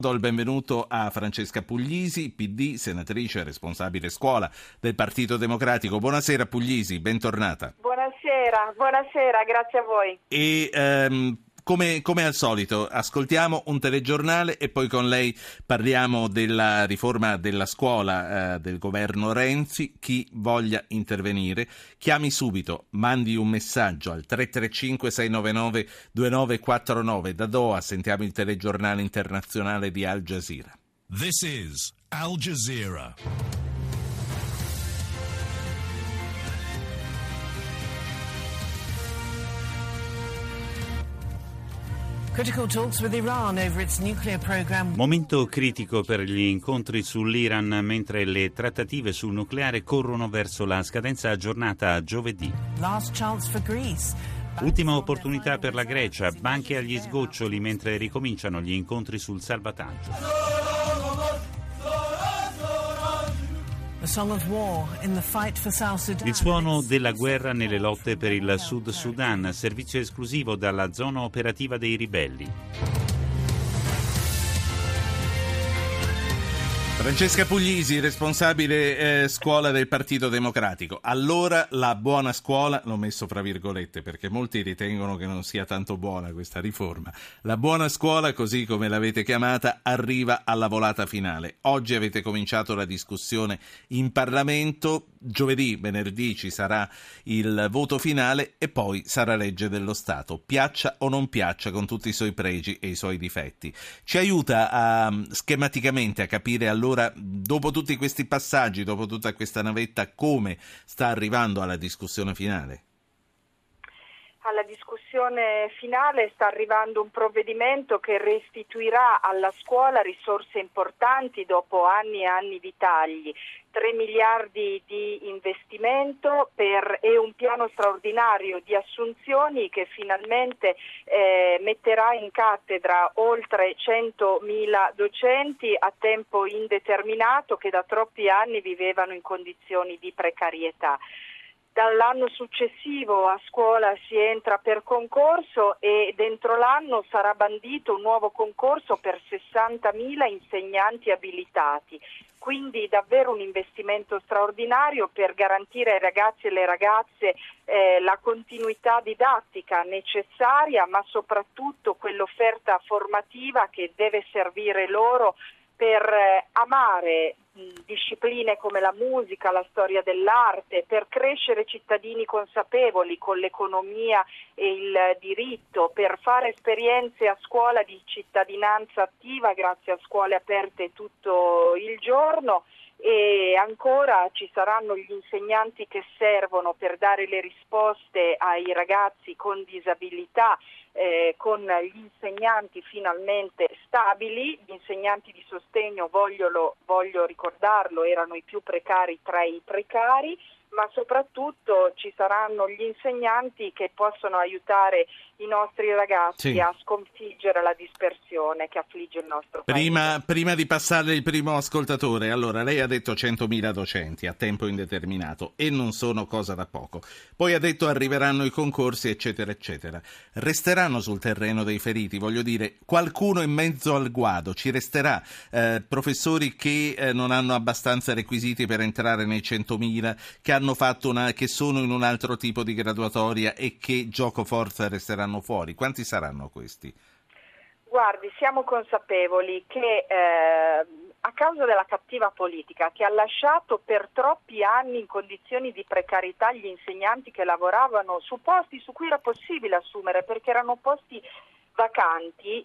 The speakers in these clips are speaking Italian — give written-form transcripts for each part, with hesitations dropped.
Do il benvenuto a Francesca Puglisi, PD, senatrice responsabile scuola del Partito Democratico. Buonasera Puglisi, bentornata. Buonasera, grazie a voi. E come al solito ascoltiamo un telegiornale e poi con lei parliamo della riforma della scuola del governo Renzi. Chi voglia intervenire chiami subito, mandi un messaggio al 335 699 2949. Da Doha sentiamo il telegiornale internazionale di Al Jazeera. This is Al Jazeera. Momento critico per gli incontri sull'Iran mentre le trattative sul nucleare corrono verso la scadenza aggiornata giovedì. Ultima opportunità per la Grecia, banche agli sgoccioli mentre ricominciano gli incontri sul salvataggio. Il suono della guerra nelle lotte per il Sud Sudan, servizio esclusivo dalla zona operativa dei ribelli. Francesca Puglisi, responsabile scuola del Partito Democratico. Allora la buona scuola, l'ho messo fra virgolette perché molti ritengono che non sia tanto buona questa riforma. La buona scuola, così come l'avete chiamata, arriva alla volata finale. Oggi avete cominciato la discussione in Parlamento, giovedì, venerdì ci sarà il voto finale e poi sarà legge dello Stato, piaccia o non piaccia, con tutti i suoi pregi e i suoi difetti. Ci aiuta schematicamente a capire allora, dopo tutti questi passaggi, dopo tutta questa navetta, come sta arrivando alla discussione finale? Alla discussione finale sta arrivando un provvedimento che restituirà alla scuola risorse importanti dopo anni e anni di tagli. 3 miliardi di investimento e un piano straordinario di assunzioni che finalmente metterà in cattedra oltre 100.000 docenti a tempo indeterminato che da troppi anni vivevano in condizioni di precarietà. Dall'anno successivo a scuola si entra per concorso e dentro l'anno sarà bandito un nuovo concorso per 60.000 insegnanti abilitati. Quindi davvero un investimento straordinario per garantire ai ragazzi e alle ragazze la continuità didattica necessaria, ma soprattutto quell'offerta formativa che deve servire loro per amare discipline come la musica, la storia dell'arte, per crescere cittadini consapevoli con l'economia e il diritto, per fare esperienze a scuola di cittadinanza attiva grazie a scuole aperte tutto il giorno. E ancora ci saranno gli insegnanti che servono per dare le risposte ai ragazzi con disabilità, con gli insegnanti finalmente stabili. Gli insegnanti di sostegno, voglio ricordarlo, erano i più precari tra i precari, ma soprattutto ci saranno gli insegnanti che possono aiutare i nostri ragazzi a sconfiggere la dispersione che affligge il nostro paese. Prima di passare il primo ascoltatore, allora lei ha detto 100.000 docenti a tempo indeterminato e non sono cosa da poco. Poi ha detto arriveranno i concorsi eccetera eccetera. Resteranno sul terreno dei feriti, voglio dire, qualcuno in mezzo al guado ci resterà, professori che non hanno abbastanza requisiti per entrare nei 100.000, che sono in un altro tipo di graduatoria e che gioco forza resteranno fuori. Quanti saranno questi? Guardi, siamo consapevoli che a causa della cattiva politica che ha lasciato per troppi anni in condizioni di precarietà gli insegnanti che lavoravano su posti su cui era possibile assumere perché erano posti vacanti,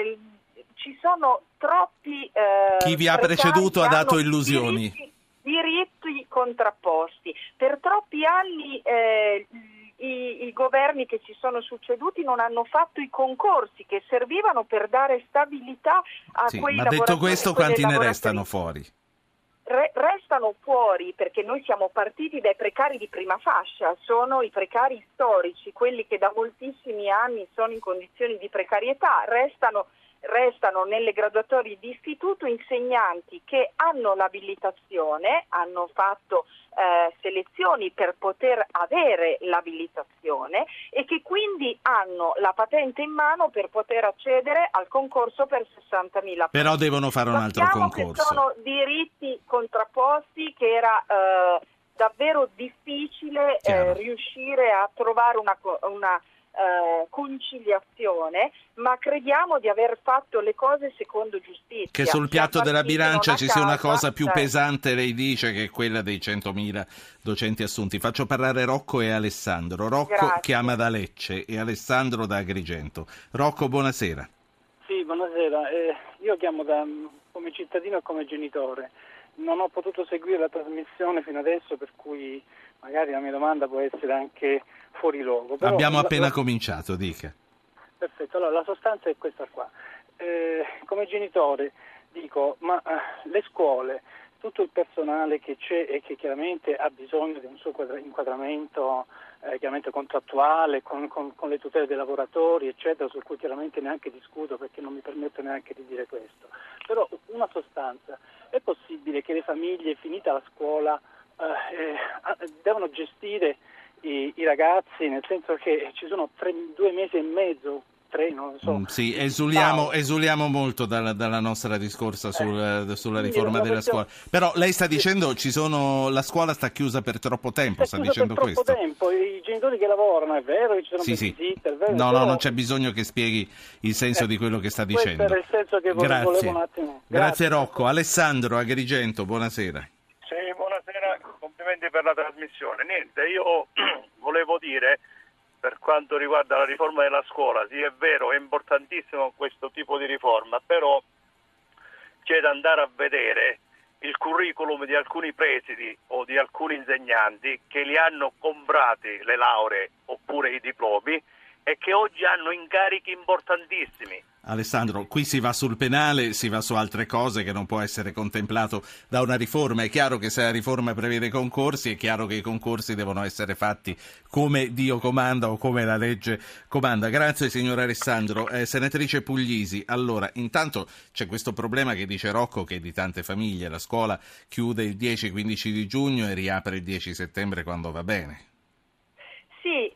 ci sono troppi chi vi ha preceduto ha dato illusioni. Diritti contrapposti. Per troppi anni i governi che ci sono succeduti non hanno fatto i concorsi che servivano per dare stabilità a quei lavoratori. Ma detto questo, quanti ne restano fuori? Restano fuori perché noi siamo partiti dai precari di prima fascia, sono i precari storici, quelli che da moltissimi anni sono in condizioni di precarietà, restano restano nelle graduatorie di istituto insegnanti che hanno l'abilitazione, hanno fatto selezioni per poter avere l'abilitazione e che quindi hanno la patente in mano per poter accedere al concorso per 60.000 posti. Però devono fare un altro concorso. Che sono diritti contrapposti, che era davvero difficile riuscire a trovare una conciliazione, ma crediamo di aver fatto le cose secondo giustizia. Che sul piatto della bilancia ci sia una cosa più pesante, lei dice, che è quella dei 100.000 docenti assunti. Faccio parlare Rocco e Alessandro. Rocco Grazie. chiama da Lecce e Alessandro da Agrigento. Rocco, buonasera. Sì, buonasera. Io chiamo come cittadino e come genitore. Non ho potuto seguire la trasmissione fino adesso, per cui magari la mia domanda può essere anche fuori luogo. Però abbiamo appena cominciato, dica. Perfetto, allora la sostanza è questa qua. Come genitore dico, ma le scuole, tutto il personale che c'è e che chiaramente ha bisogno di un suo inquadramento chiaramente contrattuale, con le tutele dei lavoratori, eccetera, su cui chiaramente neanche discuto perché non mi permetto neanche di dire questo. Però una sostanza, è possibile che le famiglie, finita la scuola, devono gestire i ragazzi, nel senso che ci sono 2 mesi e mezzo, 3, non lo so. Sì, esuliamo molto dalla nostra discorsa sulla riforma della scuola. Però lei sta dicendo la scuola sta chiusa per troppo tempo, sta dicendo questo? Per troppo tempo, i genitori che lavorano, è vero che ci sono babysitter, vero? No, non c'è bisogno che spieghi il senso di quello che sta dicendo. Questo era il senso che volevo un attimo. Grazie Rocco. Alessandro, Agrigento, buonasera. Sì, buonasera, complimenti per la trasmissione. Niente, io volevo dire, per quanto riguarda la riforma della scuola, sì, è vero, è importantissimo questo tipo di riforma, però c'è da andare a vedere il curriculum di alcuni presidi o di alcuni insegnanti che li hanno comprati le lauree oppure i diplomi e che oggi hanno incarichi importantissimi. Alessandro, qui si va sul penale, si va su altre cose che non può essere contemplato da una riforma. È chiaro che se la riforma prevede concorsi, è chiaro che i concorsi devono essere fatti come Dio comanda o come la legge comanda. Grazie signor Alessandro. Senatrice Puglisi, allora, intanto c'è questo problema che dice Rocco, che di tante famiglie la scuola chiude il 10-15 di giugno e riapre il 10 settembre quando va bene. Sì,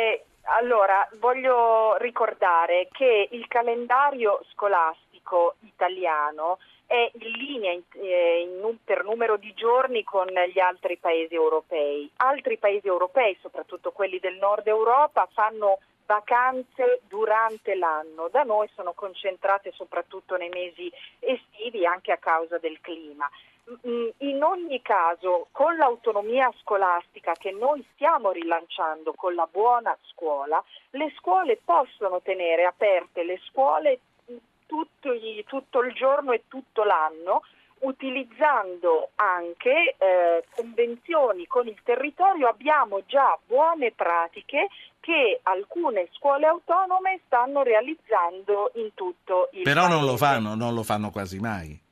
allora voglio ricordare che il calendario scolastico italiano è in linea per numero di giorni con gli altri paesi europei. Altri paesi europei, soprattutto quelli del nord Europa, fanno vacanze durante l'anno. Da noi sono concentrate soprattutto nei mesi estivi, anche a causa del clima. In ogni caso, con l'autonomia scolastica che noi stiamo rilanciando con la buona scuola, le scuole possono tenere aperte le scuole tutto il giorno e tutto l'anno, utilizzando anche convenzioni con il territorio. Abbiamo già buone pratiche che alcune scuole autonome stanno realizzando in tutto il Però paese. non lo fanno quasi mai.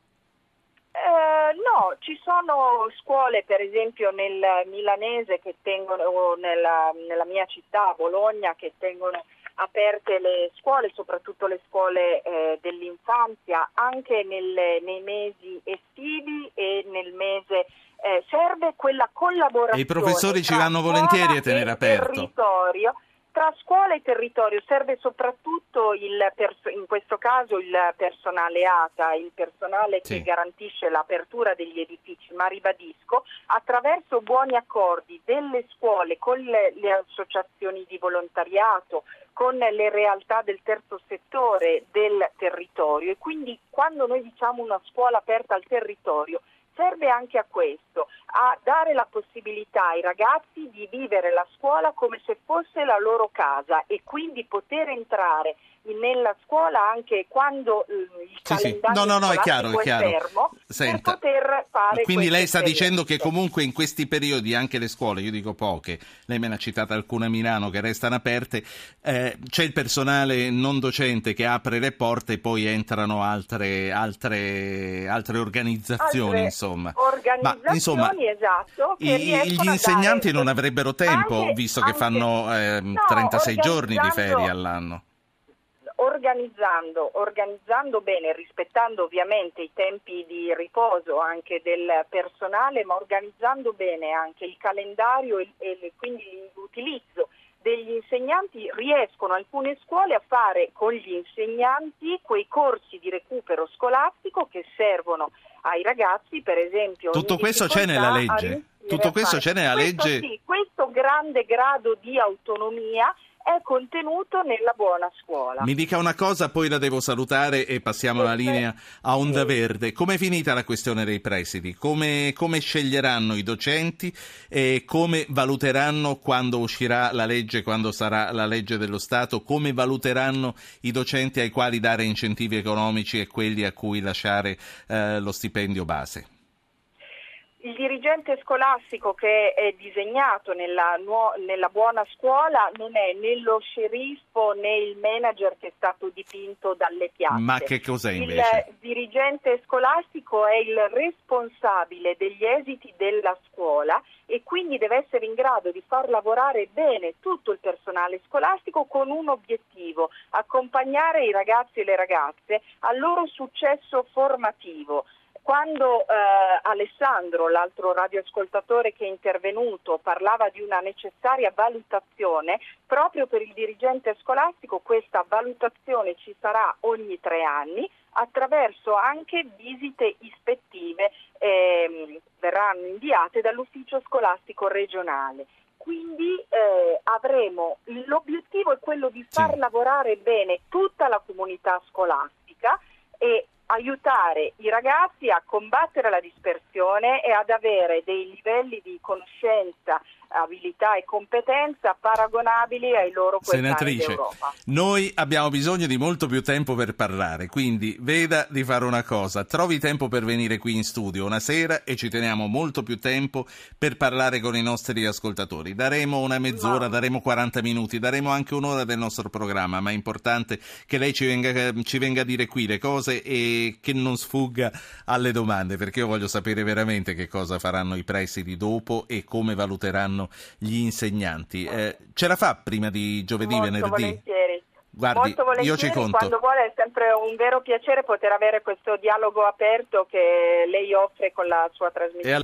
No, ci sono scuole, per esempio nel Milanese, che tengono, nella mia città, Bologna, che tengono aperte le scuole, soprattutto le scuole dell'infanzia, anche nei mesi estivi e nel mese serve quella collaborazione. E i professori ci vanno volentieri a tenere aperto. Territorio. Tra scuola e territorio serve soprattutto in questo caso il personale ATA, il personale che garantisce l'apertura degli edifici, ma ribadisco, attraverso buoni accordi delle scuole con le associazioni di volontariato, con le realtà del terzo settore del territorio, e quindi quando noi diciamo una scuola aperta al territorio serve anche a questo, a dare la possibilità ai ragazzi di vivere la scuola come se fosse la loro casa e quindi poter entrare nella scuola anche quando il calendario è chiaro. fermo. Senta, per poter fare quindi lei sta esperienze. dicendo che comunque in questi periodi anche le scuole, io dico poche, lei me ne ha citate alcune a Milano che restano aperte, c'è il personale non docente che apre le porte e poi entrano altre organizzazioni, insomma. Esatto, che gli insegnanti non avrebbero tempo, visto che fanno 36 giorni di ferie all'anno. organizzando bene, rispettando ovviamente i tempi di riposo anche del personale, ma organizzando bene anche il calendario e quindi l'utilizzo degli insegnanti, riescono alcune scuole a fare con gli insegnanti quei corsi di recupero scolastico che servono ai ragazzi, per esempio. Tutto questo c'è nella legge. Tutto questo c'è nella legge. Sì, questo grande grado di autonomia è contenuto nella buona scuola. Mi dica una cosa, poi la devo salutare e passiamo la linea a Onda Verde. Com'è finita la questione dei presidi? Come sceglieranno i docenti e come valuteranno quando uscirà la legge, quando sarà la legge dello Stato, come valuteranno i docenti ai quali dare incentivi economici e quelli a cui lasciare lo stipendio base? Il dirigente scolastico che è disegnato nella buona scuola non è né lo sceriffo né il manager che è stato dipinto dalle piazze. Ma che cos'è invece? Il dirigente scolastico è il responsabile degli esiti della scuola e quindi deve essere in grado di far lavorare bene tutto il personale scolastico con un obiettivo: accompagnare i ragazzi e le ragazze al loro successo formativo. Quando Alessandro, l'altro radioascoltatore che è intervenuto, parlava di una necessaria valutazione, proprio per il dirigente scolastico questa valutazione ci sarà ogni 3 anni attraverso anche visite ispettive verranno inviate dall'ufficio scolastico regionale. Quindi avremo l'obiettivo è quello di far lavorare bene tutta la comunità scolastica e aiutare i ragazzi a combattere la dispersione e ad avere dei livelli di conoscenza, abilità e competenza paragonabili ai loro coetanei d'Europa. Noi abbiamo bisogno di molto più tempo per parlare, quindi veda di fare una cosa: trovi tempo per venire qui in studio una sera e ci teniamo molto più tempo per parlare con i nostri ascoltatori. Daremo una mezz'ora, daremo 40 minuti, daremo anche un'ora del nostro programma, ma è importante che lei ci venga a dire qui le cose e che non sfugga alle domande, perché io voglio sapere veramente che cosa faranno i presidi dopo e come valuteranno gli insegnanti. Ce la fa prima di giovedì, Molto venerdì? Volentieri. Guardi, Molto volentieri, io ci conto. quando vuole è sempre un vero piacere poter avere questo dialogo aperto che lei offre con la sua trasmissione.